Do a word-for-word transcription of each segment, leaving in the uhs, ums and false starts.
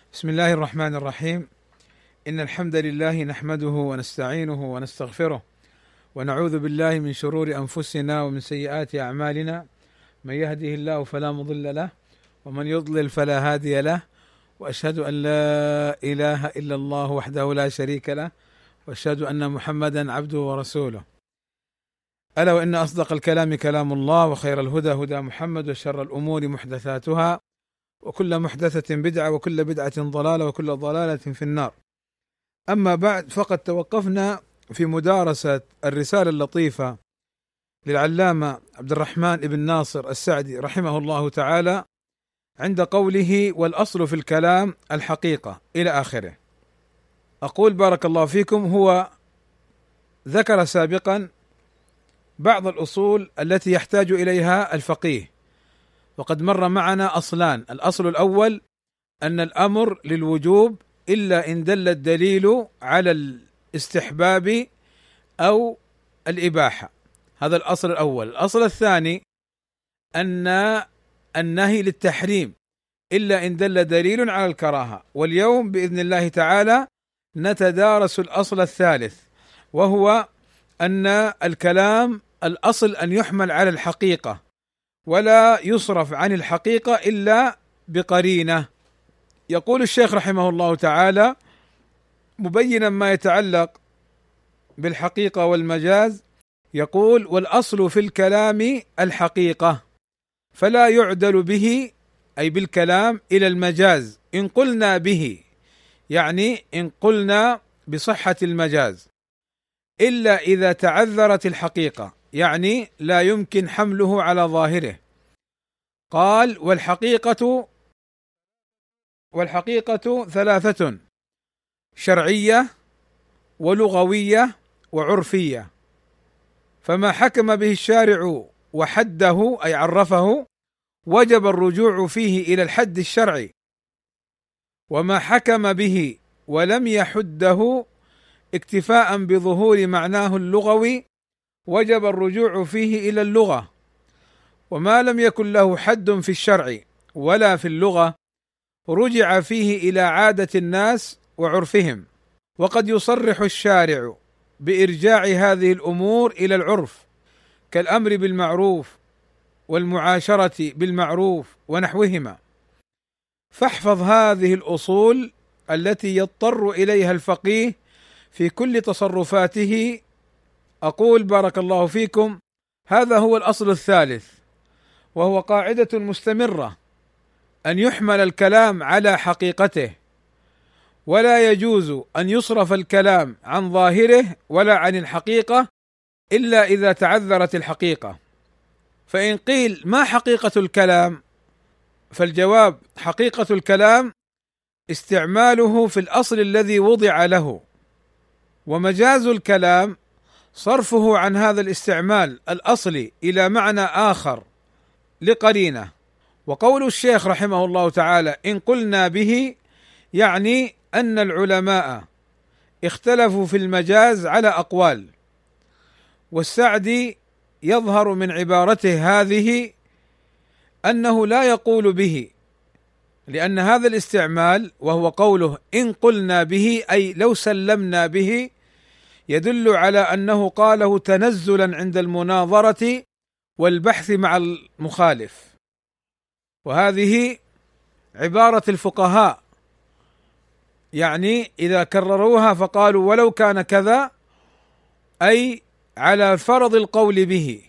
بسم الله الرحمن الرحيم. إن الحمد لله نحمده ونستعينه ونستغفره ونعوذ بالله من شرور أنفسنا ومن سيئات أعمالنا، من يهده الله فلا مضل له ومن يضلل فلا هادي له، وأشهد أن لا إله إلا الله وحده لا شريك له، وأشهد أن محمدا عبده ورسوله. ألا وإن أصدق الكلام كلام الله، وخير الهدى هدى محمد، وشر الأمور محدثاتها، وكل محدثة بدعة، وكل بدعة ضلالة، وكل ضلالة في النار. أما بعد، فقد توقفنا في مدارسة الرسالة اللطيفة للعلامة عبد الرحمن بن ناصر السعدي رحمه الله تعالى عند قوله: والأصل في الكلام الحقيقة، إلى آخره. أقول بارك الله فيكم، هو ذكر سابقا بعض الأصول التي يحتاج إليها الفقيه، وقد مر معنا أصلان. الأصل الأول أن الأمر للوجوب إلا إن دل الدليل على الاستحباب أو الإباحة، هذا الأصل الأول. الأصل الثاني أن النهي للتحريم إلا إن دل دليل على الكراهة. واليوم بإذن الله تعالى نتدارس الأصل الثالث، وهو أن الكلام الأصل أن يحمل على الحقيقة ولا يصرف عن الحقيقة إلا بقرينة. يقول الشيخ رحمه الله تعالى مبينا ما يتعلق بالحقيقة والمجاز، يقول: والأصل في الكلام الحقيقة، فلا يعدل به، أي بالكلام، إلى المجاز إن قلنا به، يعني إن قلنا بصحة المجاز، إلا إذا تعذرت الحقيقة، يعني لا يمكن حمله على ظاهره. قال: والحقيقة والحقيقة ثلاثة: شرعية ولغوية وعرفية. فما حكم به الشارع وحده، أي عرفه، وجب الرجوع فيه إلى الحد الشرعي، وما حكم به ولم يحده اكتفاء بظهور معناه اللغوي وجب الرجوع فيه إلى اللغة، وما لم يكن له حد في الشرع ولا في اللغة رجع فيه إلى عادة الناس وعرفهم. وقد يصرح الشارع بإرجاع هذه الأمور إلى العرف، كالأمر بالمعروف والمعاشرة بالمعروف ونحوهما. فاحفظ هذه الأصول التي يضطر إليها الفقيه في كل تصرفاته. أقول بارك الله فيكم، هذا هو الأصل الثالث، وهو قاعدة مستمرة: أن يحمل الكلام على حقيقته، ولا يجوز أن يصرف الكلام عن ظاهره ولا عن الحقيقة إلا إذا تعذرت الحقيقة. فإن قيل: ما حقيقة الكلام؟ فالجواب: حقيقة الكلام استعماله في الأصل الذي وضع له، ومجاز الكلام صرفه عن هذا الاستعمال الأصلي إلى معنى آخر لقرينة. وقول الشيخ رحمه الله تعالى: إن قلنا به، يعني أن العلماء اختلفوا في المجاز على أقوال، والسعدي يظهر من عبارته هذه أنه لا يقول به، لأن هذا الاستعمال، وهو قوله إن قلنا به، أي لو سلمنا به، يدل على أنه قاله تنزلا عند المناظرة والبحث مع المخالف. وهذه عبارة الفقهاء، يعني إذا كرروها فقالوا ولو كان كذا، أي على فرض القول به.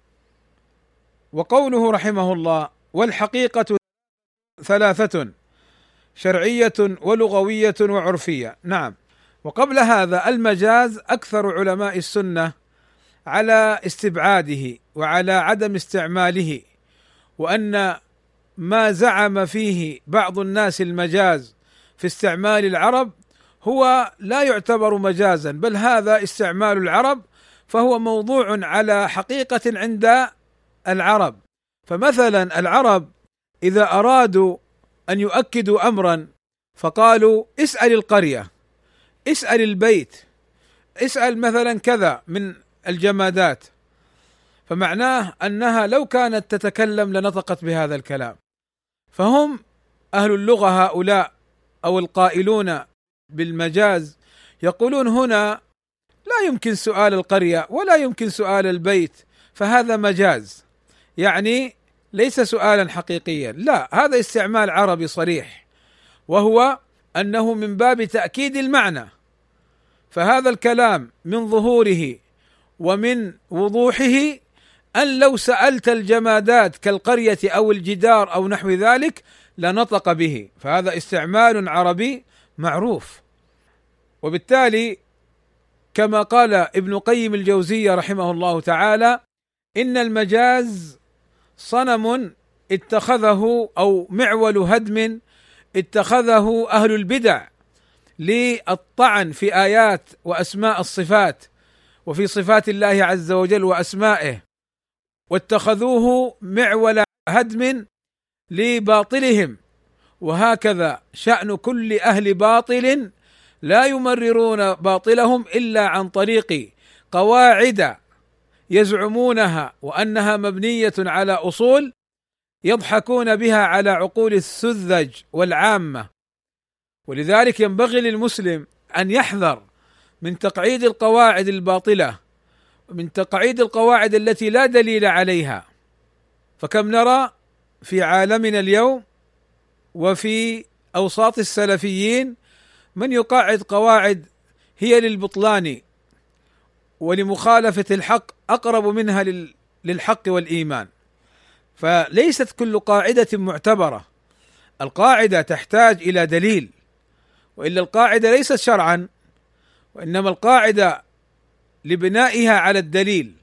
وقوله رحمه الله: والحقيقة ثلاثة: شرعية ولغوية وعرفية. نعم. وقبل هذا المجاز أكثر علماء السنة على استبعاده وعلى عدم استعماله، وأن ما زعم فيه بعض الناس المجاز في استعمال العرب هو لا يعتبر مجازا، بل هذا استعمال العرب، فهو موضوع على حقيقة عند العرب. فمثلا العرب إذا أرادوا أن يؤكدوا أمرا فقالوا: اسأل القرية، اسأل البيت، اسأل مثلا كذا من الجمادات، فمعناه أنها لو كانت تتكلم لنطقت بهذا الكلام. فهم أهل اللغة هؤلاء أو القائلون بالمجاز يقولون هنا لا يمكن سؤال القرية ولا يمكن سؤال البيت، فهذا مجاز، يعني ليس سؤالا حقيقيا. لا، هذا استعمال عربي صريح، وهو أنه من باب تأكيد المعنى. فهذا الكلام من ظهوره ومن وضوحه أن لو سألت الجمادات كالقرية أو الجدار أو نحو ذلك لنطق به، فهذا استعمال عربي معروف. وبالتالي كما قال ابن قيم الجوزية رحمه الله تعالى: إن المجاز صنم اتخذه أو معول هدم اتخذه أهل البدع للطعن في آيات وأسماء الصفات وفي صفات الله عز وجل وأسمائه، واتخذوه معول هدم لباطلهم. وهكذا شأن كل أهل باطل لا يمررون باطلهم إلا عن طريق قواعد يزعمونها وأنها مبنية على أصول يضحكون بها على عقول السذج والعامة. ولذلك ينبغي للمسلم أن يحذر من تقعيد القواعد الباطلة، من تقعيد القواعد التي لا دليل عليها. فكم نرى في عالمنا اليوم وفي أوساط السلفيين من يقعد قواعد هي للبطلان ولمخالفة الحق أقرب منها للحق والإيمان. فليست كل قاعدة معتبرة، القاعدة تحتاج إلى دليل، وإلا القاعدة ليست شرعا، وإنما القاعدة لبنائها على الدليل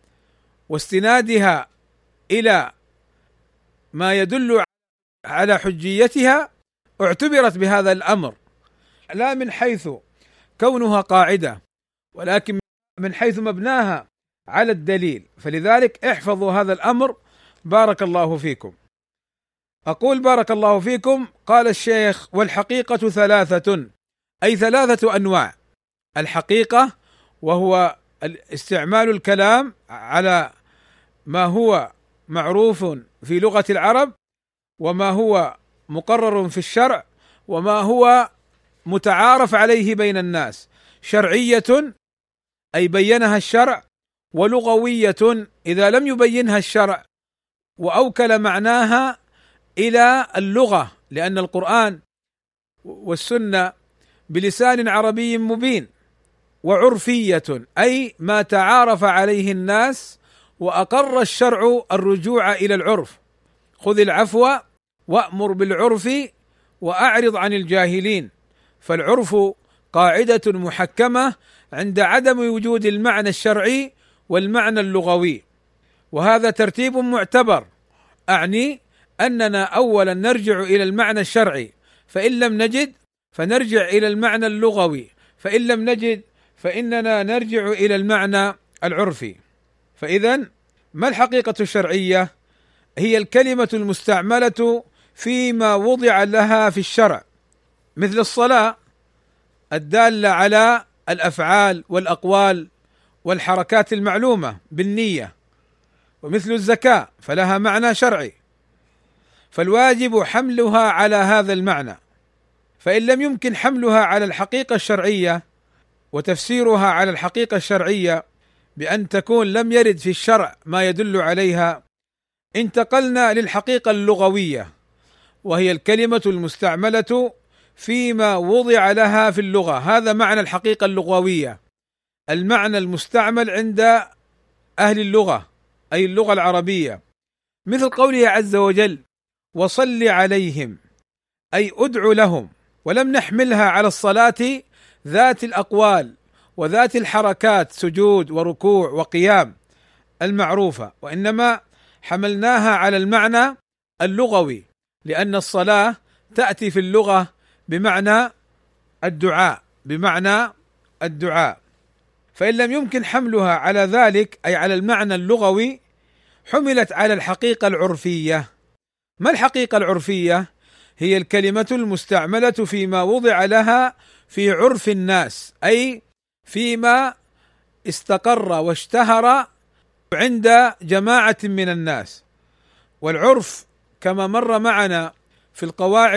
واستنادها إلى ما يدل على حجيتها اعتبرت بهذا الأمر، لا من حيث كونها قاعدة ولكن من حيث مبناها على الدليل. فلذلك احفظوا هذا الأمر بارك الله فيكم. أقول بارك الله فيكم. قال الشيخ: والحقيقة ثلاثة، أي ثلاثة أنواع. الحقيقة وهو استعمال الكلام على ما هو معروف في لغة العرب، وما هو مقرر في الشرع، وما هو متعارف عليه بين الناس. شرعية أي بينها الشرع، ولغوية إذا لم يبينها الشرع وأوكل معناها إلى اللغة، لأن القرآن والسنة بلسان عربي مبين. وعرفية أي ما تعارف عليه الناس وأقر الشرع الرجوع إلى العرف. خذ العفو وأمر بالعرف وأعرض عن الجاهلين. فالعرف قاعدة محكمة عند عدم وجود المعنى الشرعي والمعنى اللغوي، وهذا ترتيب معتبر. أعني أننا أولا نرجع إلى المعنى الشرعي، فإن لم نجد فنرجع إلى المعنى اللغوي، فإن لم نجد فإننا نرجع إلى المعنى العرفي. فإذا ما الحقيقة الشرعية؟ هي الكلمة المستعملة فيما وضع لها في الشرع، مثل الصلاة الدالة على الأفعال والأقوال والحركات المعلومة بالنية، ومثل الزكاة فلها معنى شرعي، فالواجب حملها على هذا المعنى. فإن لم يمكن حملها على الحقيقة الشرعية وتفسيرها على الحقيقة الشرعية بأن تكون لم يرد في الشرع ما يدل عليها، انتقلنا للحقيقة اللغوية، وهي الكلمة المستعملة فيما وضع لها في اللغة. هذا معنى الحقيقة اللغوية، المعنى المستعمل عند أهل اللغة أي اللغة العربية، مثل قوله عز وجل: وصل عليهم، أي أدع لهم. ولم نحملها على الصلاة ذات الأقوال وذات الحركات، سجود وركوع وقيام المعروفة، وإنما حملناها على المعنى اللغوي، لأن الصلاة تأتي في اللغة بمعنى الدعاء، بمعنى الدعاء. فإن لم يمكن حملها على ذلك أي على المعنى اللغوي، حملت على الحقيقة العرفية. ما الحقيقة العرفية؟ هي الكلمة المستعملة فيما وضع لها في عرف الناس، أي فيما استقر واشتهر عند جماعة من الناس. والعرف كما مر معنا في القواعد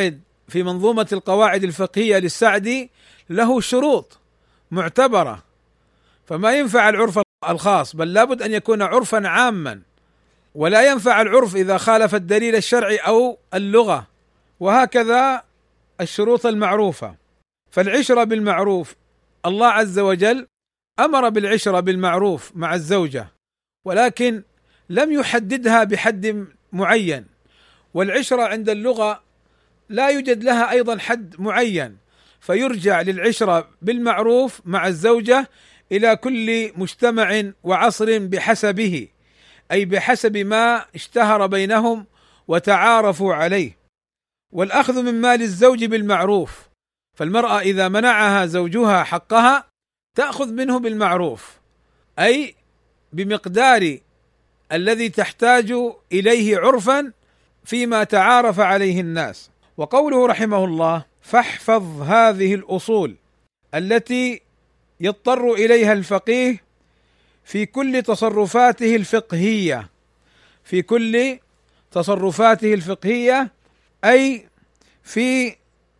في منظومة القواعد الفقهية للسعدي له شروط معتبرة، فما ينفع العرف الخاص، بل لابد أن يكون عرفا عاما، ولا ينفع العرف إذا خالف الدليل الشرعي أو اللغة، وهكذا الشروط المعروفة. فالعشرة بالمعروف، الله عز وجل أمر بالعشرة بالمعروف مع الزوجة، ولكن لم يحددها بحد معين، والعشرة عند اللغة لا يوجد لها أيضا حد معين، فيرجع للعشرة بالمعروف مع الزوجة إلى كل مجتمع وعصر بحسبه، أي بحسب ما اشتهر بينهم وتعارفوا عليه. والأخذ من مال الزوج بالمعروف، فالمرأة إذا منعها زوجها حقها تأخذ منه بالمعروف، أي بمقدار الذي تحتاج إليه عرفا فيما تعارف عليه الناس. وقوله رحمه الله: فاحفظ هذه الأصول التي يضطر إليها الفقيه في كل تصرفاته الفقهية، في كل تصرفاته الفقهية أي في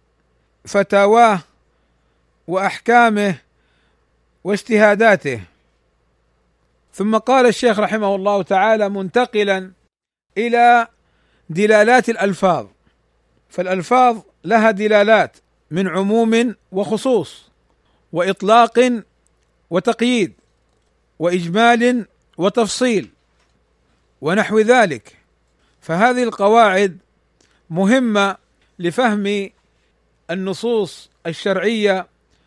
فتاواه وأحكامه واجتهاداته. ثم قال الشيخ رحمه الله تعالى منتقلا إلى دلالات الألفاظ، فالألفاظ لها دلالات من عموم وخصوص، وإطلاق وتقييد، وإجمال وتفصيل ونحو ذلك، فهذه القواعد مهمة لفهم النصوص الشرعية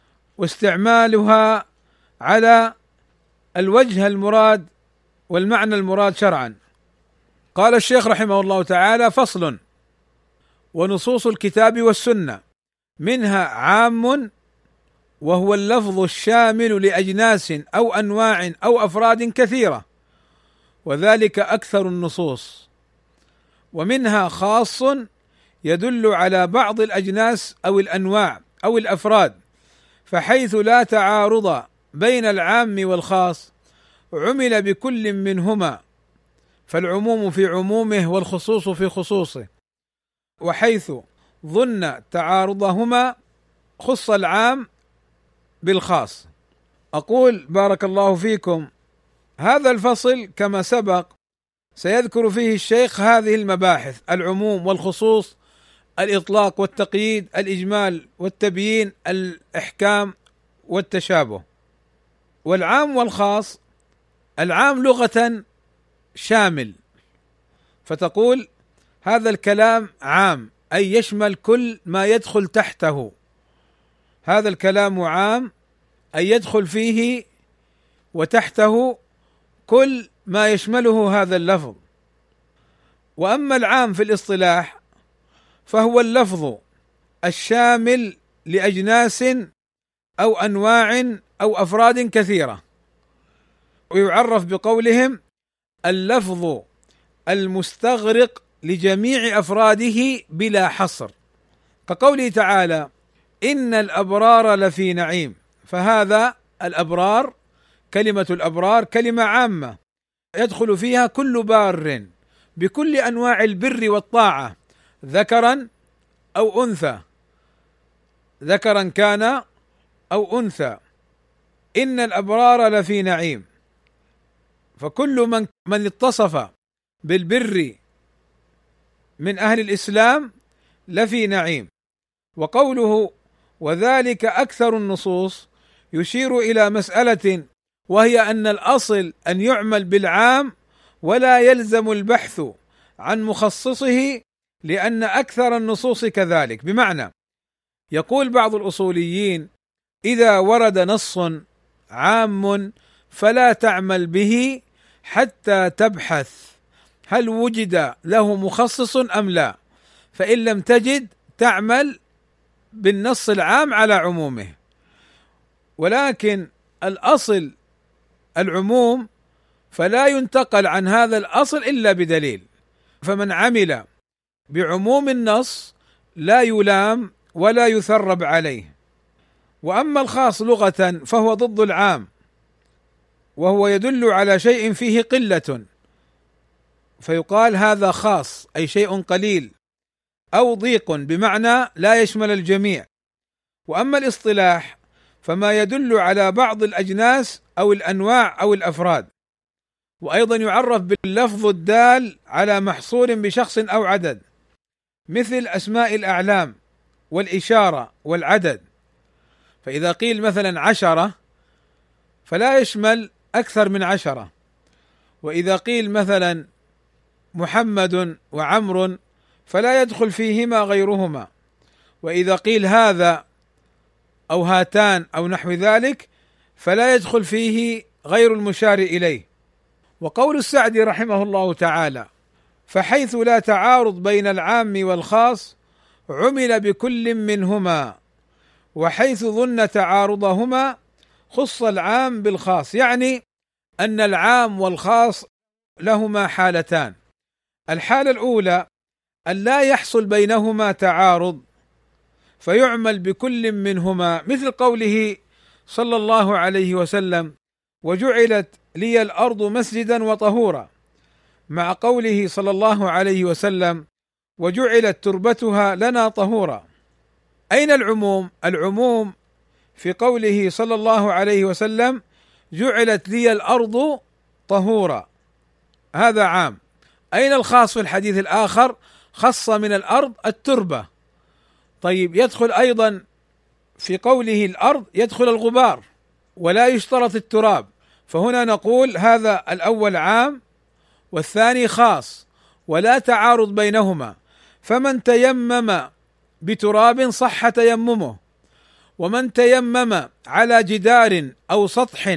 واستعمالها على الوجه المراد والمعنى المراد شرعا. قال الشيخ رحمه الله تعالى: فصل: ونصوص الكتاب والسنة منها عام وهو اللفظ الشامل لأجناس أو أنواع أو أفراد كثيرة، وذلك أكثر النصوص، ومنها خاص يدل على بعض الأجناس أو الأنواع أو الأفراد، فحيث لا تعارض بين العام والخاص عمل بكل منهما، فالعموم في عمومه والخصوص في خصوصه، وحيث ظن تعارضهما خص العام بالخاص. أقول بارك الله فيكم، هذا الفصل كما سبق سيذكر فيه الشيخ هذه المباحث: العموم والخصوص، الإطلاق والتقييد، الإجمال والتبيين، الإحكام والتشابه. والعام والخاص: العام لغة شامل، فتقول هذا الكلام عام أي يشمل كل ما يدخل تحته، هذا الكلام عام أي يدخل فيه وتحته كل ما يشمله هذا اللفظ. وأما العام في الاصطلاح فهو اللفظ الشامل لأجناس أو أنواع أو أفراد كثيرة، ويعرف بقولهم اللفظ المستغرق لجميع أفراده بلا حصر، كقوله تعالى: إن الأبرار لفي نعيم، فهذا الأبرار، كلمة الأبرار كلمة عامة يدخل فيها كل بار بكل أنواع البر والطاعة، ذكرا أو أنثى، ذكرا كان أو أنثى. إن الأبرار لفي نعيم، فكل من من اتصف بالبر من أهل الإسلام لفي نعيم. وقوله وذلك أكثر النصوص يشير إلى مسألة، وهي أن الأصل أن يعمل بالعام ولا يلزم البحث عن مخصصه، لأن أكثر النصوص كذلك. بمعنى، يقول بعض الأصوليين: إذا ورد نص عام فلا تعمل به حتى تبحث هل وجد له مخصص أم لا، فإن لم تجد تعمل بالنص العام على عمومه. ولكن الأصل العموم، فلا ينتقل عن هذا الأصل إلا بدليل، فمن عمل بعموم النص لا يلام ولا يثرب عليه. وأما الخاص لغة فهو ضد العام، وهو يدل على شيء فيه قلة، فيقال هذا خاص أي شيء قليل، أو ضيق بمعنى لا يشمل الجميع. وأما الاصطلاح فما يدل على بعض الأجناس أو الأنواع أو الأفراد، وأيضا يعرف باللفظ الدال على محصور بشخص أو عدد، مثل أسماء الأعلام والإشارة والعدد. فإذا قيل مثلا عشرة فلا يشمل أكثر من عشرة، وإذا قيل مثلا محمد وعمر فلا يدخل فيهما غيرهما، وإذا قيل هذا أو هاتان أو نحو ذلك فلا يدخل فيه غير المشار إليه. وقول السعدي رحمه الله تعالى: فحيث لا تعارض بين العام والخاص عمل بكل منهما، وحيث ظن تعارضهما خص العام بالخاص، يعني أن العام والخاص لهما حالتان: الحالة الأولى أن لا يحصل بينهما تعارض فيعمل بكل منهما، مثل قوله صلى الله عليه وسلم: وجعلت لي الأرض مسجدا وطهورا، مع قوله صلى الله عليه وسلم: وجعلت تربتها لنا طهورا. أين العموم؟ العموم في قوله صلى الله عليه وسلم: جعلت لي الأرض طهورا، هذا عام. أين الخاص في الحديث الآخر؟ خص من الأرض التربة. طيب يدخل أيضا في قوله الأرض يدخل الغبار ولا يشترط التراب، فهنا نقول هذا الأول عام والثاني خاص ولا تعارض بينهما، فمن تيمم بتراب صح تيممه، ومن تيمم على جدار أو سطح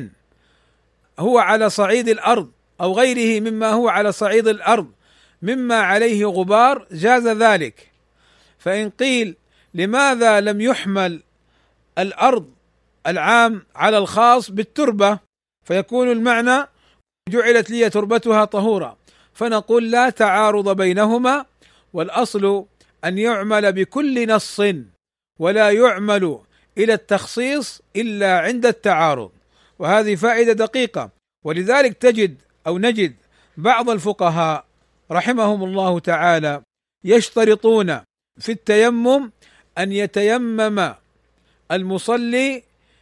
هو على صعيد الأرض أو غيره مما هو على صعيد الأرض مما عليه غبار جاز ذلك. فإن قيل لماذا لم يحمل الأرض العام على الخاص بالتربة، فيكون المعنى جعلت لي تربتها طهورا، فنقول لا تعارض بينهما، والأصل أن يعمل بكل نص ولا يعمل إلى التخصيص إلا عند التعارض. وهذه فائدة دقيقة، ولذلك تجد أو نجد بعض الفقهاء رحمهم الله تعالى يشترطون في التيمم أن يتيمم المصلي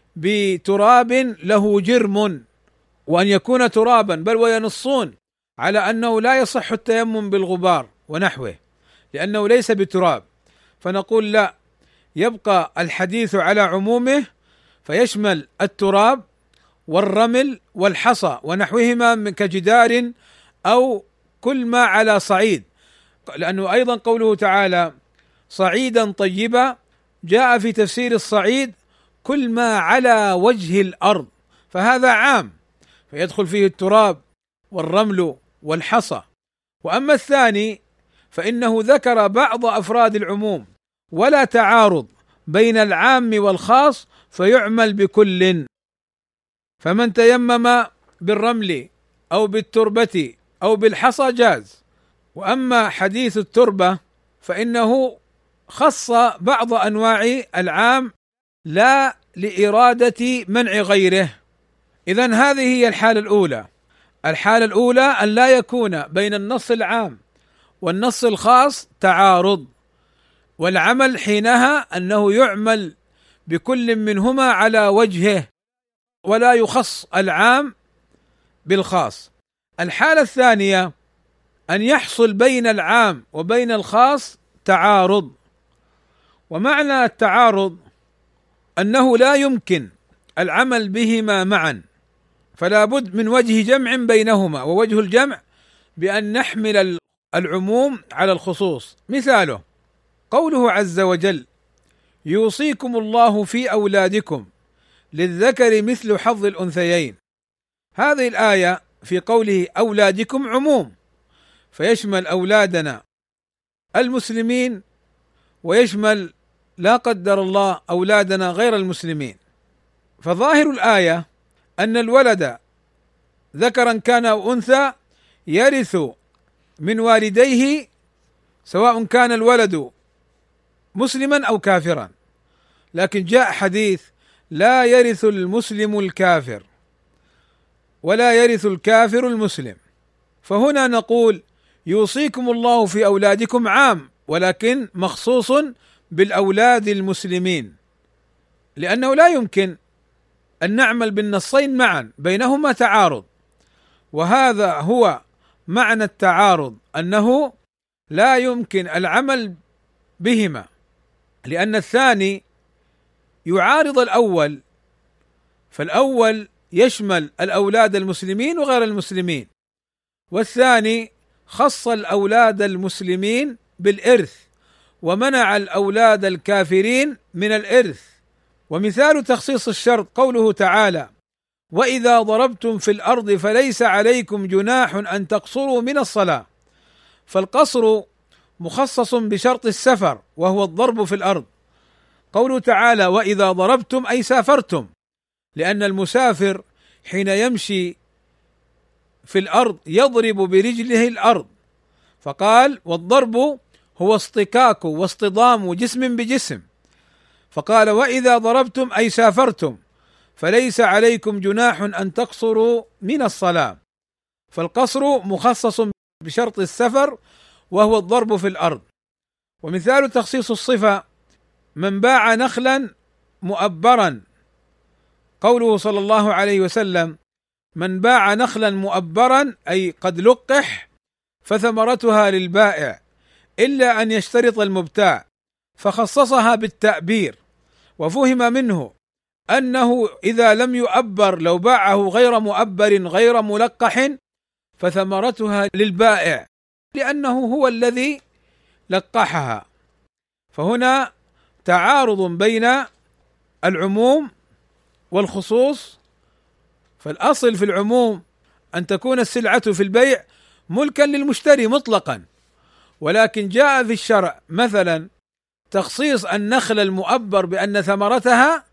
بتراب له جرم، وأن يكون ترابا، بل وينصون على أنه لا يصح التيمم بالغبار ونحوه لأنه ليس بتراب. فنقول لا، يبقى الحديث على عمومه فيشمل التراب والرمل والحصى ونحوهما كجدار أو كل ما على صعيد، لأنه أيضا قوله تعالى صعيدا طيبا جاء في تفسير الصعيد كل ما على وجه الأرض، فهذا عام فيدخل فيه التراب والرمل والحصى. وأما الثاني فإنه ذكر بعض أفراد العموم ولا تعارض بين العام والخاص فيعمل بكل، فمن تيمم بالرمل أو بالتربة أو بالحصى جاز. وأما حديث التربة فإنه خص بعض أنواع العام لا لإرادة منع غيره. إذن هذه هي الحالة الأولى. الحالة الأولى أن لا يكون بين النص العام والنص الخاص تعارض، والعمل حينها أنه يعمل بكل منهما على وجهه ولا يخص العام بالخاص. الحالة الثانية أن يحصل بين العام وبين الخاص تعارض، ومعنى التعارض أنه لا يمكن العمل بهما معا، فلا بد من وجه جمع بينهما، ووجه الجمع بأن نحمل العموم على الخصوص. مثاله قوله عز وجل يوصيكم الله في أولادكم للذكر مثل حظ الأنثيين، هذه الآية في قوله أولادكم عموم، فيشمل أولادنا المسلمين ويشمل لا قدر الله أولادنا غير المسلمين. فظاهر الآية أن الولد ذكرا كان أو أنثى يرث من والديه سواء كان الولد مسلما أو كافرا، لكن جاء حديث لا يرث المسلم الكافر ولا يرث الكافر المسلم، فهنا نقول يوصيكم الله في أولادكم عام ولكن مخصوص بالأولاد المسلمين، لأنه لا يمكن أن نعمل بالنصين معا، بينهما تعارض، وهذا هو معنى التعارض، أنه لا يمكن العمل بهما، لأن الثاني يعارض الأول، فالأول يشمل الأولاد المسلمين وغير المسلمين، والثاني خص الأولاد المسلمين بالإرث ومنع الأولاد الكافرين من الإرث. ومثال تخصيص الشرط قوله تعالى: وإذا ضربتم في الأرض فليس عليكم جناح أن تقصروا من الصلاة، فالقصر مخصص بشرط السفر وهو الضرب في الأرض. قوله تعالى: وإذا ضربتم أي سافرتم، لأن المسافر حين يمشي في الأرض يضرب برجله الأرض، فقال: والضرب هو اصطكاك واصطدام جسم بجسم، فقال: وإذا ضربتم أي سافرتم فليس عليكم جناح أن تقصروا من الصلاة، فالقصر مخصص بشرط السفر وهو الضرب في الأرض. ومثال تخصيص الصفة: من باع نخلا مؤبرا، قوله صلى الله عليه وسلم: من باع نخلا مؤبرا أي قد لقح فثمرتها للبائع إلا أن يشترط المبتاع، فخصصها بالتأبير، وفهم منه أنه إذا لم يؤبر لو باعه غير مؤبر غير ملقح فثمرتها للبائع لأنه هو الذي لقحها. فهنا تعارض بين العموم والخصوص، فالأصل في العموم أن تكون السلعة في البيع ملكا للمشتري مطلقا، ولكن جاء في الشرع مثلا تخصيص النخل المؤبر بأن ثمرتها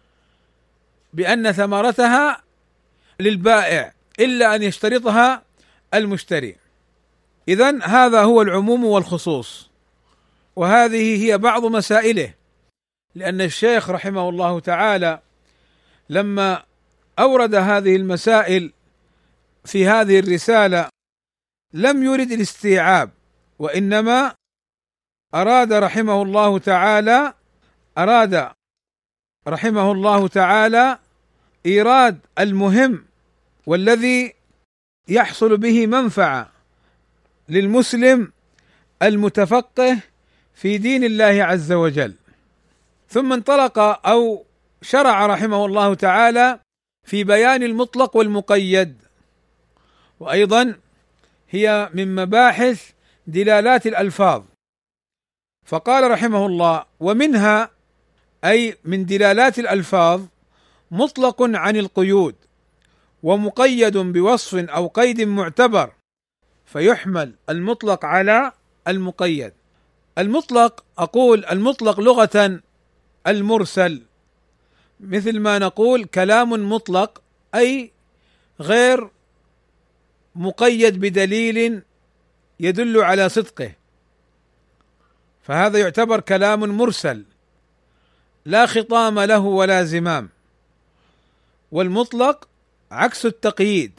بأن ثمرتها للبائع إلا أن يشترطها المشتري. إذن هذا هو العموم والخصوص، وهذه هي بعض مسائله، لأن الشيخ رحمه الله تعالى لما أورد هذه المسائل في هذه الرسالة لم يرد الاستيعاب، وإنما أراد رحمه الله تعالى أراد رحمه الله تعالى إيراد المهم والذي يحصل به منفعة للمسلم المتفقه في دين الله عز وجل. ثم انطلق أو شرع رحمه الله تعالى في بيان المطلق والمقيد، وأيضا هي من مباحث دلالات الألفاظ، فقال رحمه الله: ومنها أي من دلالات الألفاظ مطلق عن القيود، ومقيد بوصف أو قيد معتبر، فيحمل المطلق على المقيد. المطلق أقول المطلق لغة المرسل، مثل ما نقول كلام مطلق أي غير مقيد بدليل يدل على صدقه، فهذا يعتبر كلام مرسل لا خطام له ولا زمام. والمطلق عكس التقييد.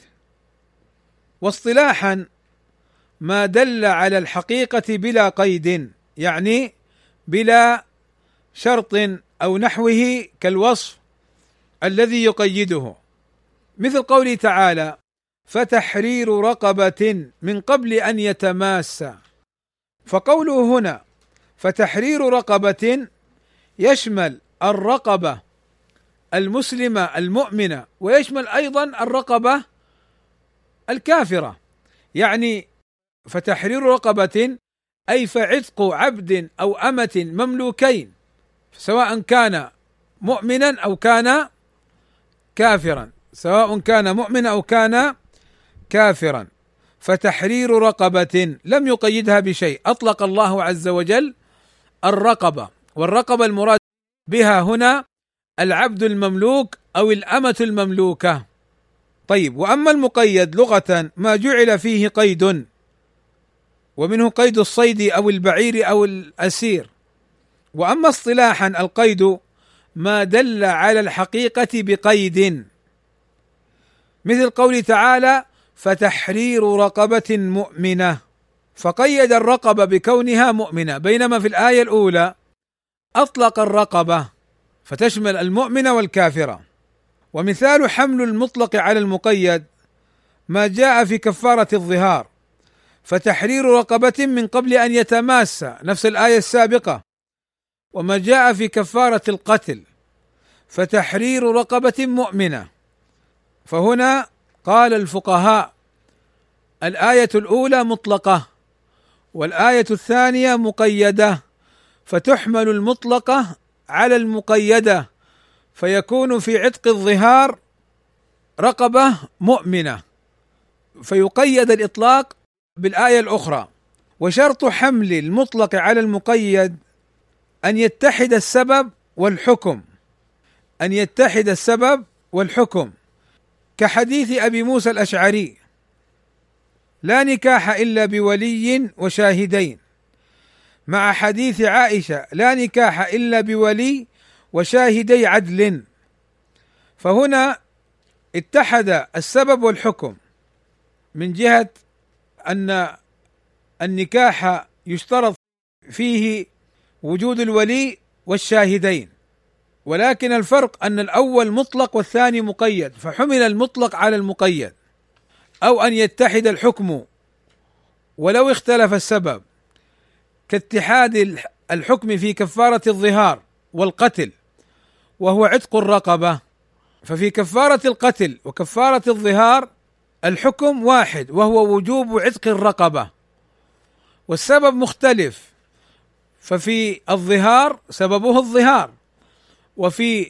واصطلاحا ما دل على الحقيقة بلا قيد، يعني بلا شرط أو نحوه كالوصف الذي يقيده، مثل قوله تعالى: فتحرير رقبة من قبل أن يتماسا. فقوله هنا فتحرير رقبة يشمل الرقبة المسلمة المؤمنة، ويشمل أيضا الرقبة الكافرة، يعني فتحرير رقبة أي فعتق عبد أو أمة مملوكين، سواء كان مؤمنا أو كان كافرا، سواء كان مؤمنا أو كان كافرا. فتحرير رقبة لم يقيدها بشيء، أطلق الله عز وجل الرقبة، والرقبة المراد بها هنا العبد المملوك أو الأمة المملوكة. طيب، وأما المقيد لغة ما جعل فيه قيد، ومنه قيد الصيد أو البعير أو الأسير. وأما اصطلاحا القيد ما دل على الحقيقة بقيد، مثل قوله تعالى: فتحرير رقبة مؤمنة، فقيد الرقبة بكونها مؤمنة، بينما في الآية الأولى أطلق الرقبة فتشمل المؤمنة والكافرة. ومثال حمل المطلق على المقيد ما جاء في كفارة الظهار، فتحرير رقبة من قبل أن يتماس، نفس الآية السابقة. وما جاء في كفارة القتل فتحرير رقبة مؤمنة. فهنا قال الفقهاء الآية الأولى مطلقة والآية الثانية مقيدة، فتحمل المطلقة على المقيدة، فيكون في عتق الظهار رقبة مؤمنة، فيقيد الإطلاق بالآية الأخرى. وشرط حمل المطلق على المقيد أن يتحد السبب والحكم، أن يتحد السبب والحكم، كحديث أبي موسى الأشعري: لا نكاح إلا بولي وشاهدين، مع حديث عائشة: لا نكاح إلا بولي وشاهدي عدل. فهنا اتحد السبب والحكم، من جهة أن النكاح يشترط فيه وجود الولي والشاهدين، ولكن الفرق أن الأول مطلق والثاني مقيد، فحمل المطلق على المقيد. أو أن يتحد الحكم ولو اختلف السبب، كاتحاد الحكم في كفارة الظهار والقتل وهو عتق الرقبة. ففي كفارة القتل وكفارة الظهار الحكم واحد وهو وجوب عتق الرقبة، والسبب مختلف، ففي الظهار سببه الظهار، وفي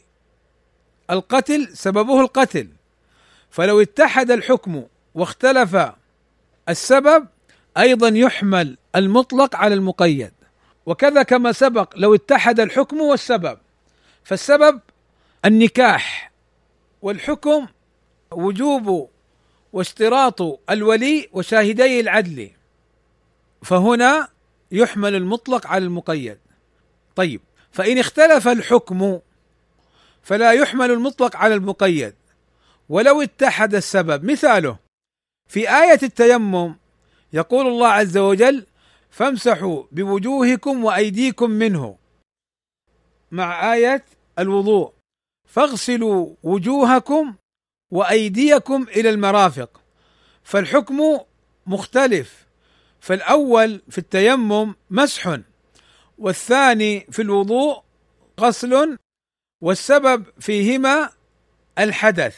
القتل سببه القتل. فلو اتحد الحكم واختلف السبب أيضا يحمل المطلق على المقيد. وكذا كما سبق لو اتحد الحكم والسبب، فالسبب النكاح والحكم وجوب واشتراط الولي وشاهدي العدل، فهنا يحمل المطلق على المقيد. طيب، فإن اختلف الحكم فلا يحمل المطلق على المقيد ولو اتحد السبب. مثاله في آية التيمم يقول الله عز وجل: فامسحوا بوجوهكم وأيديكم منه، مع آية الوضوء: فاغسلوا وجوهكم وأيديكم إلى المرافق. فالحكم مختلف، فالأول في التيمم مسح، والثاني في الوضوء غسل، والسبب فيهما الحدث.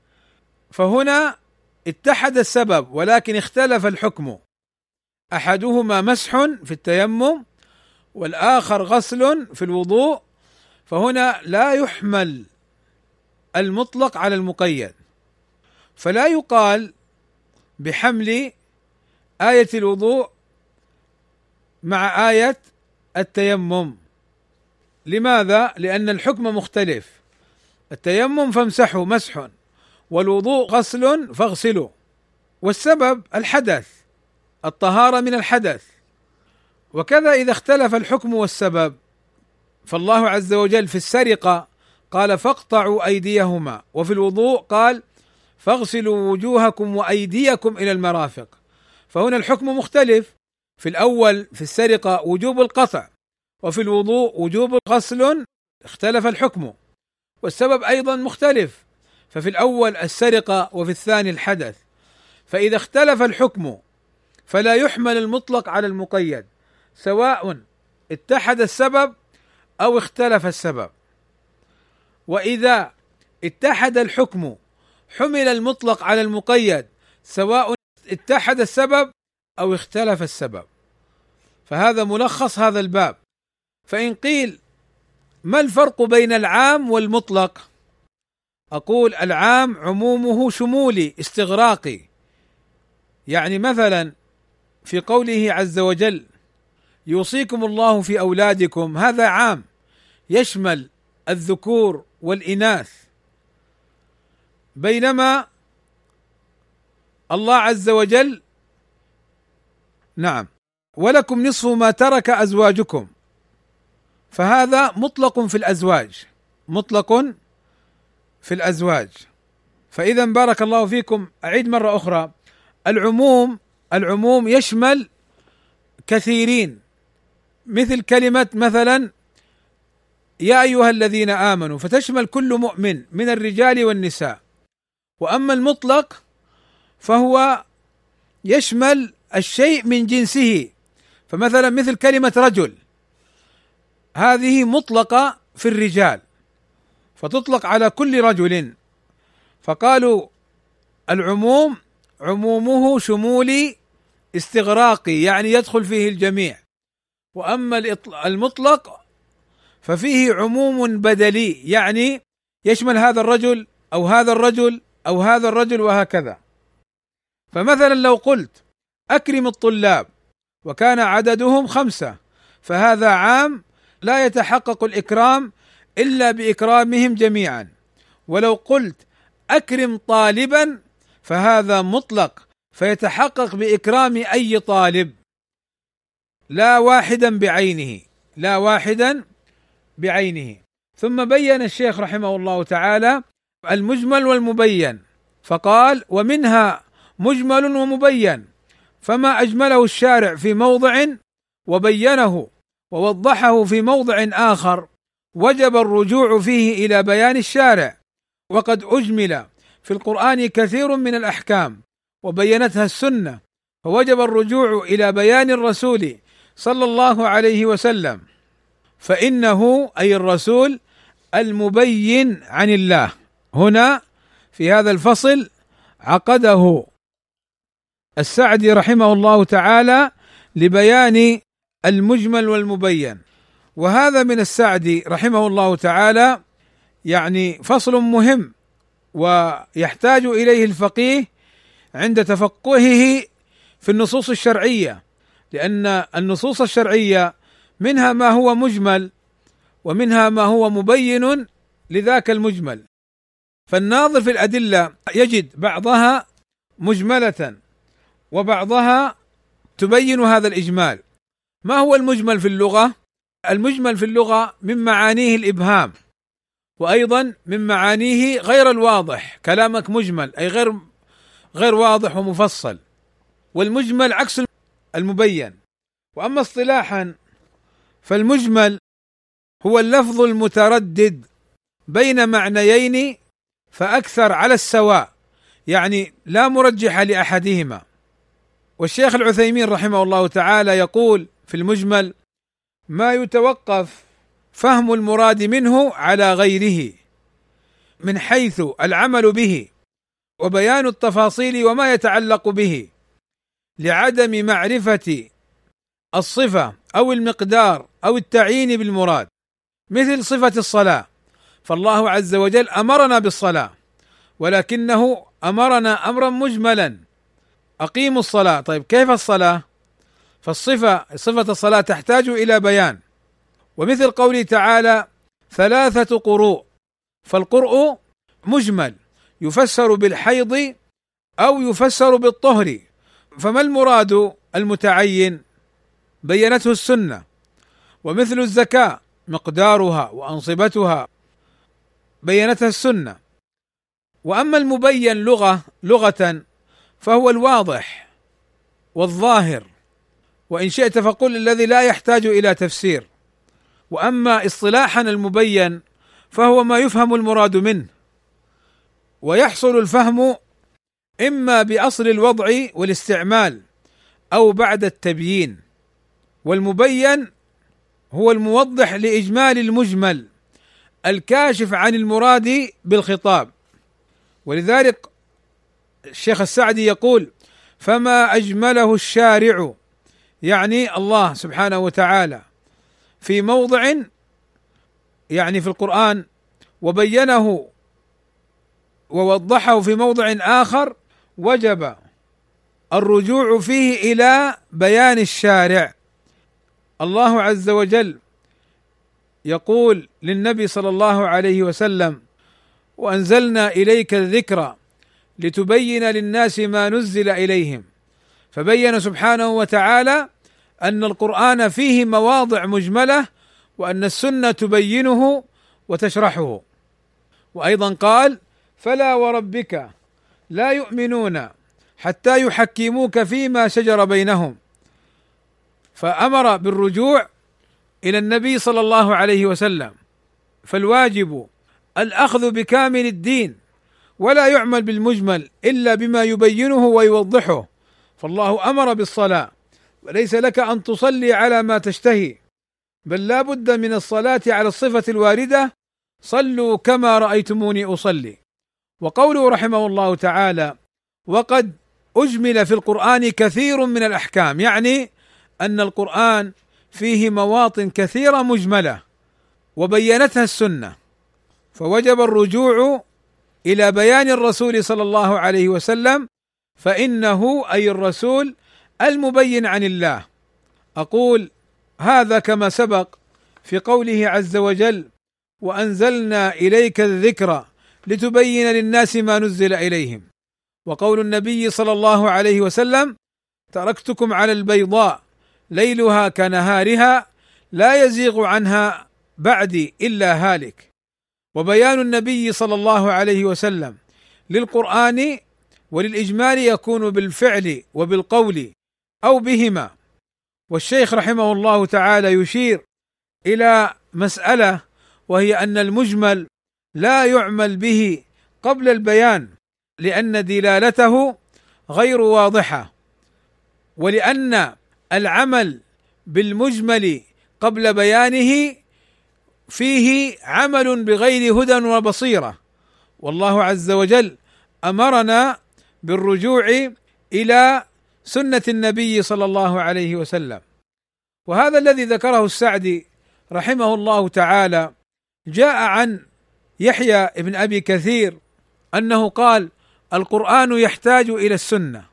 فهنا اتحد السبب ولكن اختلف الحكم، أحدهما مسح في التيمم والآخر غسل في الوضوء، فهنا لا يحمل المطلق على المقيد، فلا يقال بحمل آية الوضوء مع آية التيمم. لماذا؟ لأن الحكم مختلف، التيمم فامسحوا مسح، والوضوء غسل فاغسلوا، والسبب الحدث، الطهارة من الحدث. وكذا إذا اختلف الحكم والسبب، فالله عز وجل في السرقة قال: فاقطعوا أيديهما، وفي الوضوء قال: فاغسلوا وجوهكم وأيديكم إلى المرافق. فهنا الحكم مختلف، في الأول في السرقة وجوب القطع، وفي الوضوء وجوب غسل، اختلف الحكم، والسبب أيضا مختلف، ففي الأول السرقة وفي الثاني الحدث. فإذا اختلف الحكم فلا يحمل المطلق على المقيد، سواء اتحد السبب أو اختلف السبب. وإذا اتحد الحكم حمل المطلق على المقيد، سواء اتحد السبب أو اختلف السبب. فهذا ملخص هذا الباب. فإن قيل: ما الفرق بين العام والمطلق؟ أقول: العام عمومه شمولي استغراقي، يعني مثلا في قوله عز وجل: يوصيكم الله في أولادكم، هذا عام يشمل الذكور والإناث، بينما الله عز وجل نعم ولكم نصف ما ترك أزواجكم، فهذا مطلق في الأزواج، مطلق في الأزواج. فإذا بارك الله فيكم، أعيد مرة أخرى: العموم العموم يشمل كثيرين، مثل كلمة مثلا يا أيها الذين آمنوا، فتشمل كل مؤمن من الرجال والنساء. وأما المطلق فهو يشمل الشيء من جنسه، فمثلا مثل كلمة رجل، هذه مطلقة في الرجال فتطلق على كل رجل، فقالوا العموم عمومه شمولي استغراقي، يعني يدخل فيه الجميع. واما المطلق ففيه عموم بدلي، يعني يشمل هذا الرجل او هذا الرجل او هذا الرجل وهكذا. فمثلا لو قلت اكرم الطلاب وكان عددهم خمسة، فهذا عام لا يتحقق الاكرام الا باكرامهم جميعا. ولو قلت اكرم طالبا فهذا مطلق فيتحقق باكرام اي طالب، لا واحدا بعينه، لا واحدا بعينه. ثم بين الشيخ رحمه الله تعالى المجمل والمبين، فقال ومنها مجمل ومبين، فما اجمله الشارع في موضع وبينه ووضحه في موضع اخر وجب الرجوع فيه الى بيان الشارع. وقد اجمل في القرآن كثير من الاحكام وبينتها السنة، فوجب الرجوع الى بيان الرسول صلى الله عليه وسلم، فانه اي الرسول المبين عن الله. هنا في هذا الفصل عقده السعدي رحمه الله تعالى لبيان المجمل والمبين، وهذا من السعدي رحمه الله تعالى يعني فصل مهم ويحتاج اليه الفقيه عند تفقهه في النصوص الشرعيه، لان النصوص الشرعيه منها ما هو مجمل ومنها ما هو مبين لذاك المجمل، فالناظر في الادله يجد بعضها مجمله وبعضها تبين هذا الاجمال. ما هو المجمل في اللغه؟ المجمل في اللغه من معانيه الابهام، وايضا من معانيه غير الواضح، كلامك مجمل اي غير غير واضح ومفصل، والمجمل عكس المبين. واما اصطلاحا فالمجمل هو اللفظ المتردد بين معنيين فاكثر على السواء، يعني لا مرجح لاحدهما. والشيخ العثيمين رحمه الله تعالى يقول في المجمل ما يتوقف فهم المراد منه على غيره من حيث العمل به وبيان التفاصيل وما يتعلق به، لعدم معرفة الصفة أو المقدار أو التعيين بالمراد. مثل صفة الصلاة، فالله عز وجل أمرنا بالصلاة ولكنه أمرنا أمرا مجملا، أقيموا الصلاة. طيب كيف الصلاة؟ فالصفة صفة الصلاة تحتاج إلى بيان. ومثل قوله تعالى ثلاثة قروء، فالقرء مجمل يفسر بالحيض أو يفسر بالطهر، فما المراد المتعين؟ بينته السنة. ومثل الزكاة مقدارها وأنصبتها بينتها السنة. وأما المبين لغة لغة فهو الواضح والظاهر، وإن شئت فقل الذي لا يحتاج إلى تفسير. وأما اصطلاحا المبين فهو ما يفهم المراد منه، ويحصل الفهم إما بأصل الوضع والاستعمال أو بعد التبيين. والمبين هو الموضح لإجمال المجمل الكاشف عن المراد بالخطاب. ولذلك الشيخ السعدي يقول فما أجمله الشارع، يعني الله سبحانه وتعالى، في موضع يعني في القرآن، وبينه ووضحه في موضع آخر، وجب الرجوع فيه إلى بيان الشارع. الله عز وجل يقول للنبي صلى الله عليه وسلم وأنزلنا إليك الذكر لتبين للناس ما نزل إليهم، فبين سبحانه وتعالى أن القرآن فيه مواضع مجملة وأن السنة تبينه وتشرحه. وأيضا قال فلا وربك لا يؤمنون حتى يحكموك فيما شجر بينهم فأمر بالرجوع إلى النبي صلى الله عليه وسلم. فالواجب الأخذ بكامل الدين، ولا يعمل بالمجمل إلا بما يبينه ويوضحه. فالله أمر بالصلاة، وليس لك أن تصلي على ما تشتهي، بل لا بد من الصلاة على الصفة الواردة: صلوا كما رأيتموني أصلي. وقوله رحمه الله تعالى: وقد أجمل في القرآن كثير من الأحكام، يعني أن القرآن فيه مواطن كثيرة مجملة وبينتها السنة، فوجب الرجوع إلى بيان الرسول صلى الله عليه وسلم، فإنه أي الرسول المبين عن الله. أقول هذا كما سبق في قوله عز وجل: وأنزلنا إليك الذكر لتبين للناس ما نزل إليهم. وقول النبي صلى الله عليه وسلم: تركتكم على البيضاء ليلها كنهارها لا يزيغ عنها بعدي إلا هالك. وبيان النبي صلى الله عليه وسلم للقرآن وللإجمال يكون بالفعل وبالقول أو بهما. والشيخ رحمه الله تعالى يشير إلى مسألة، وهي أن المجمل لا يعمل به قبل البيان لأن دلالته غير واضحة، ولأن العمل بالمجمل قبل بيانه فيه عمل بغير هدى وبصيرة. والله عز وجل أمرنا بالرجوع إلى سنة النبي صلى الله عليه وسلم. وهذا الذي ذكره السعدي رحمه الله تعالى جاء عن يحيى بن أبي كثير أنه قال: القرآن يحتاج إلى السنة،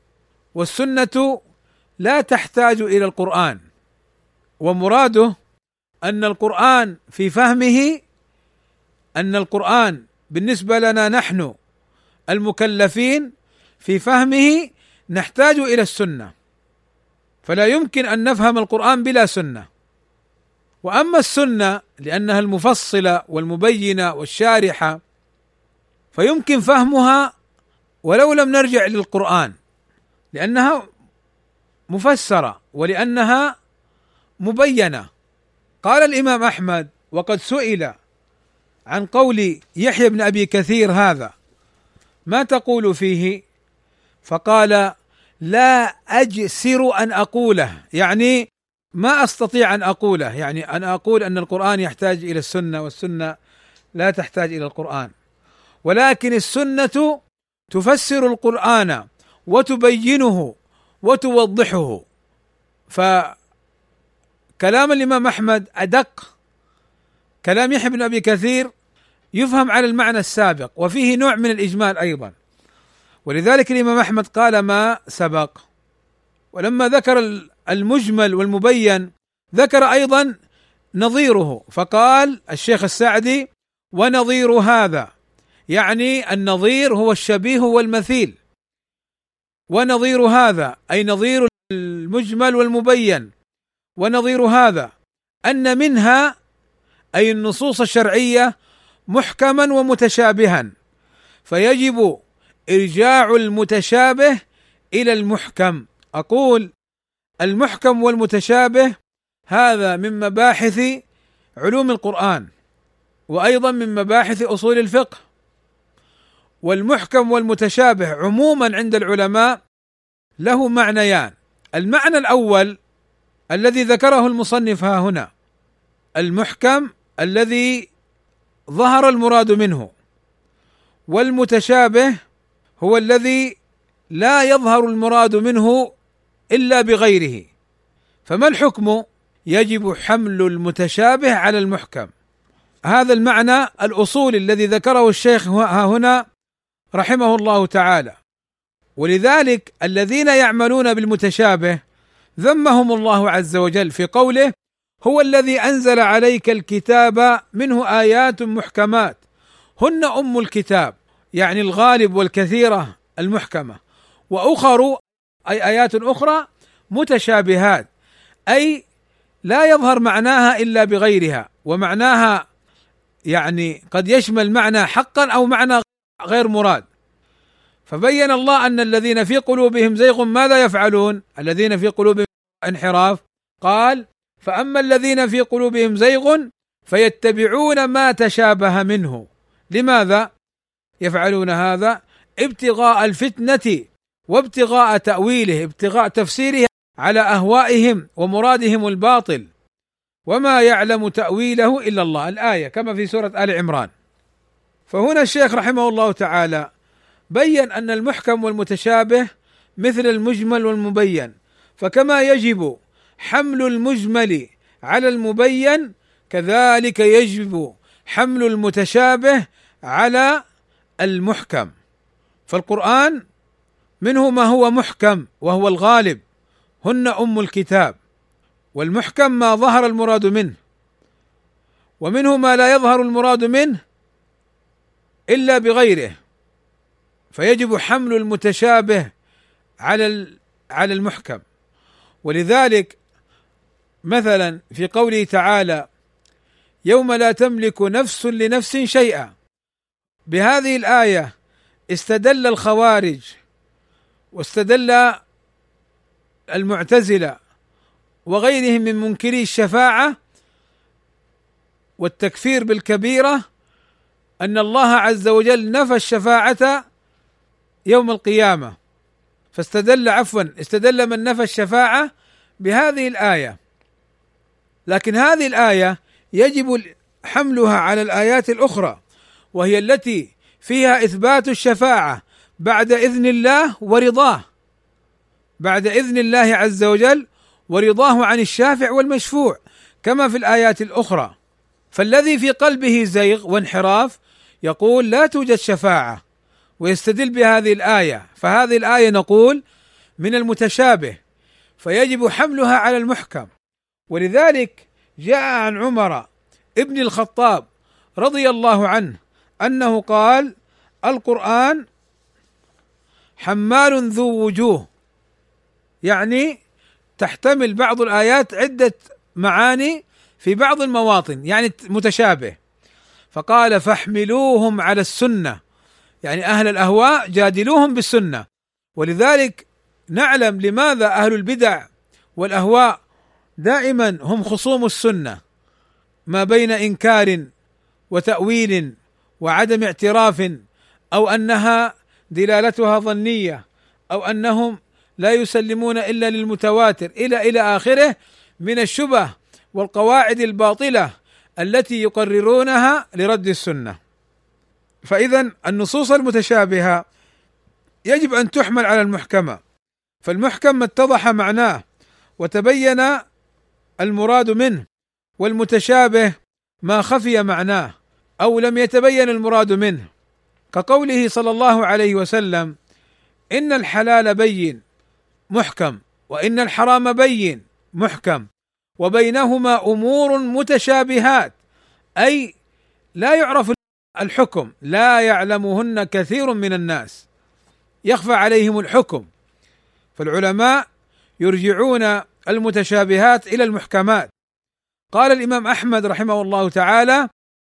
والسنة لا تحتاج إلى القرآن. ومراده أن القرآن في فهمه، أن القرآن بالنسبة لنا نحن المكلفين في فهمه نحتاج إلى السنة، فلا يمكن أن نفهم القرآن بلا سنة. وأما السنة لأنها المفصلة والمبينة والشارحة فيمكن فهمها ولو لم نرجع للقرآن، لأنها مفسرة ولأنها مبينة. قال الإمام أحمد: وقد سئل عن قول يحيى بن أبي كثير هذا ما تقول فيه؟ فقال: لا أجسر أن أقوله، يعني ما أستطيع أن أقوله، يعني أن أقول أن القرآن يحتاج إلى السنة والسنة لا تحتاج إلى القرآن، ولكن السنة تفسر القرآن وتبينه وتوضحه. فكلام الإمام أحمد أدق، كلام يحيى بن أبي كثير يفهم على المعنى السابق وفيه نوع من الإجمال أيضا، ولذلك الإمام أحمد قال ما سبق. ولما ذكر المجمل والمبين ذكر أيضا نظيره، فقال الشيخ السعدي: ونظير هذا، يعني النظير هو الشبيه والمثيل، ونظير هذا أي نظير المجمل والمبين. ونظير هذا أن منها أي النصوص الشرعية محكما ومتشابها، فيجب إرجاع المتشابه إلى المحكم. أقول المحكم والمتشابه هذا من مباحث علوم القرآن، وأيضا من مباحث أصول الفقه. والمحكم والمتشابه عموما عند العلماء له معنيان: المعنى الأول الذي ذكره المصنف ها هنا، المحكم الذي ظهر المراد منه، والمتشابه هو الذي لا يظهر المراد منه إلا بغيره. فما الحكم؟ يجب حمل المتشابه على المحكم. هذا المعنى الأصولي الذي ذكره الشيخ ها هنا رحمه الله تعالى. ولذلك الذين يعملون بالمتشابه ذمهم الله عز وجل في قوله: هو الذي أنزل عليك الكتاب منه آيات محكمات هن أم الكتاب، يعني الغالب والكثيرة المحكمة، وأخر أي آيات أخرى متشابهات، أي لا يظهر معناها إلا بغيرها، ومعناها يعني قد يشمل معنى حقا أو معنى غير مراد. فبين الله أن الذين في قلوبهم زيغ ماذا يفعلون؟ الذين في قلوبهم انحراف قال: فأما الذين في قلوبهم زيغ فيتبعون ما تشابه منه. لماذا يفعلون هذا؟ ابتغاء الفتنة وابتغاء تأويله، ابتغاء تفسيره على أهوائهم ومرادهم الباطل، وما يعلم تأويله إلا الله، الآية كما في سورة آل عمران. فهنا الشيخ رحمه الله تعالى بين أن المحكم والمتشابه مثل المجمل والمبين، فكما يجب حمل المجمل على المبين كذلك يجب حمل المتشابه على المحكم. فالقرآن منه ما هو محكم وهو الغالب، هن أم الكتاب، والمحكم ما ظهر المراد منه، ومنه ما لا يظهر المراد منه إلا بغيره، فيجب حمل المتشابه على على المحكم. ولذلك مثلا في قوله تعالى: يوم لا تملك نفس لنفس شيئا، بهذه الآية استدل الخوارج واستدل المعتزلة وغيرهم من منكري الشفاعة والتكفير بالكبيرة أن الله عز وجل نفى الشفاعة يوم القيامة، فاستدل عفوا استدل من نفى الشفاعة بهذه الآية. لكن هذه الآية يجب حملها على الآيات الأخرى، وهي التي فيها إثبات الشفاعة بعد إذن الله ورضاه، بعد إذن الله عز وجل ورضاه عن الشافع والمشفوع كما في الآيات الأخرى. فالذي في قلبه زيغ وانحراف يقول لا توجد شفاعة ويستدل بهذه الآية، فهذه الآية نقول من المتشابه، فيجب حملها على المحكم. ولذلك جاء عن عمر ابن الخطاب رضي الله عنه أنه قال: القرآن حمال ذو وجوه، يعني تحتمل بعض الآيات عدة معاني في بعض المواطن، يعني متشابه. فقال: فاحملوهم على السنة، يعني أهل الأهواء جادلوهم بالسنة. ولذلك نعلم لماذا أهل البدع والأهواء دائما هم خصوم السنة، ما بين إنكار وتأويل وعدم اعتراف، أو أنها دلالتها ظنية، أو أنهم لا يسلمون إلا للمتواتر إلى إلى آخره من الشبه والقواعد الباطلة التي يقررونها لرد السنة. فإذا النصوص المتشابهة يجب أن تحمل على المحكمة، فالمحكم ما اتضح معناه وتبين المراد منه، والمتشابه ما خفي معناه أو لم يتبين المراد منه، كقوله صلى الله عليه وسلم: إن الحلال بين محكم، وإن الحرام بين محكم، وبينهما أمور متشابهات، أي لا يعرف الحكم، لا يعلمهن كثير من الناس، يخفى عليهم الحكم. فالعلماء يرجعون المتشابهات إلى المحكمات. قال الإمام أحمد رحمه الله تعالى: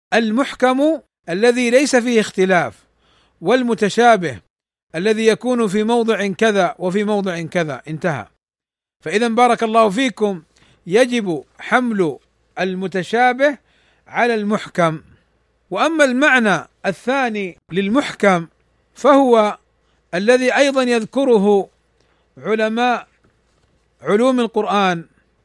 المحكم الذي ليس فيه اختلاف، والمتشابه الذي يكون في موضع كذا وفي موضع كذا. انتهى. فإذا بارك الله فيكم يجب حمل المتشابه على المحكم. وأما المعنى الثاني للمحكم فهو الذي أيضا يذكره علماء علوم القرآن،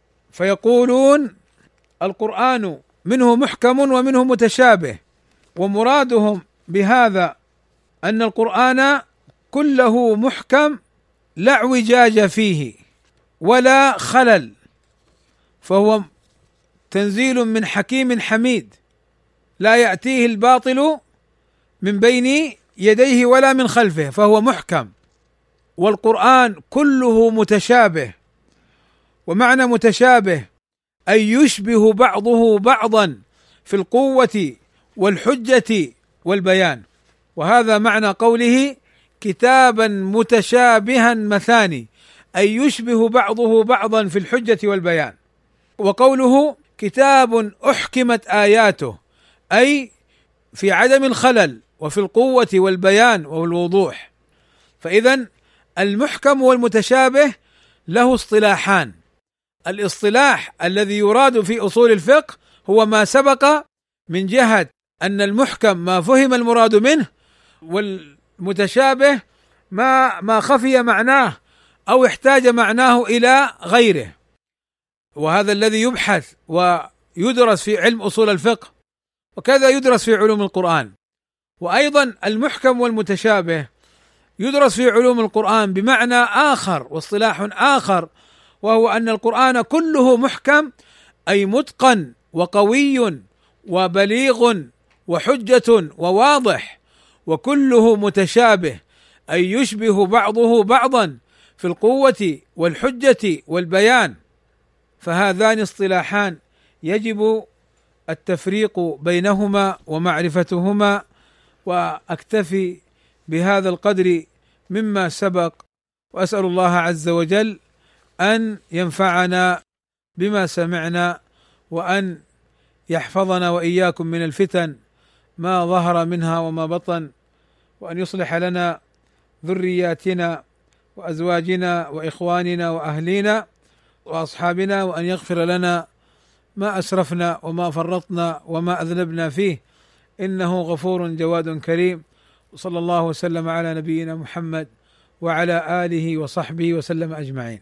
فيقولون القرآن منه محكم ومنه متشابه، ومرادهم بهذا أن القرآن كله محكم لا اعوجاج فيه ولا خلل، فهو تنزيل من حكيم حميد لا يأتيه الباطل من بين يديه ولا من خلفه، فهو محكم. والقرآن كله متشابه، ومعنى متشابه أي يشبه بعضه بعضا في القوة والحجة والبيان، وهذا معنى قوله كتابا متشابها مثاني، أي يشبه بعضه بعضا في الحجة والبيان. وقوله كتاب أحكمت آياته، أي في عدم الخلل وفي القوة والبيان والوضوح. فإذا المحكم والمتشابه له اصطلاحان: الاصطلاح الذي يراد في اصول الفقه هو ما سبق من جهة ان المحكم ما فهم المراد منه، والمتشابه ما ما خفي معناه او احتاج معناه الى غيره. وهذا الذي يبحث ويدرس في علم اصول الفقه، وكذا يدرس في علوم القرآن. وايضا المحكم والمتشابه يدرس في علوم القرآن بمعنى اخر واصطلاح اخر، وهو ان القرآن كله محكم اي متقن وقوي وبليغ وحجة وواضح، وكله متشابه اي يشبه بعضه بعضا في القوة والحجة والبيان. فهذان اصطلاحان يجب التفريق بينهما ومعرفتهما، واكتفي بهذا القدر مما سبق، واسال الله عز وجل ان ينفعنا بما سمعنا، وان يحفظنا واياكم من الفتن ما ظهر منها وما بطن، وان يصلح لنا ذرياتنا وازواجنا واخواننا واهلينا واصحابنا، وان يغفر لنا ما اسرفنا وما فرطنا وما اذنبنا فيه، انه غفور جواد كريم. وصلى الله وسلم على نبينا محمد وعلى اله وصحبه وسلم اجمعين.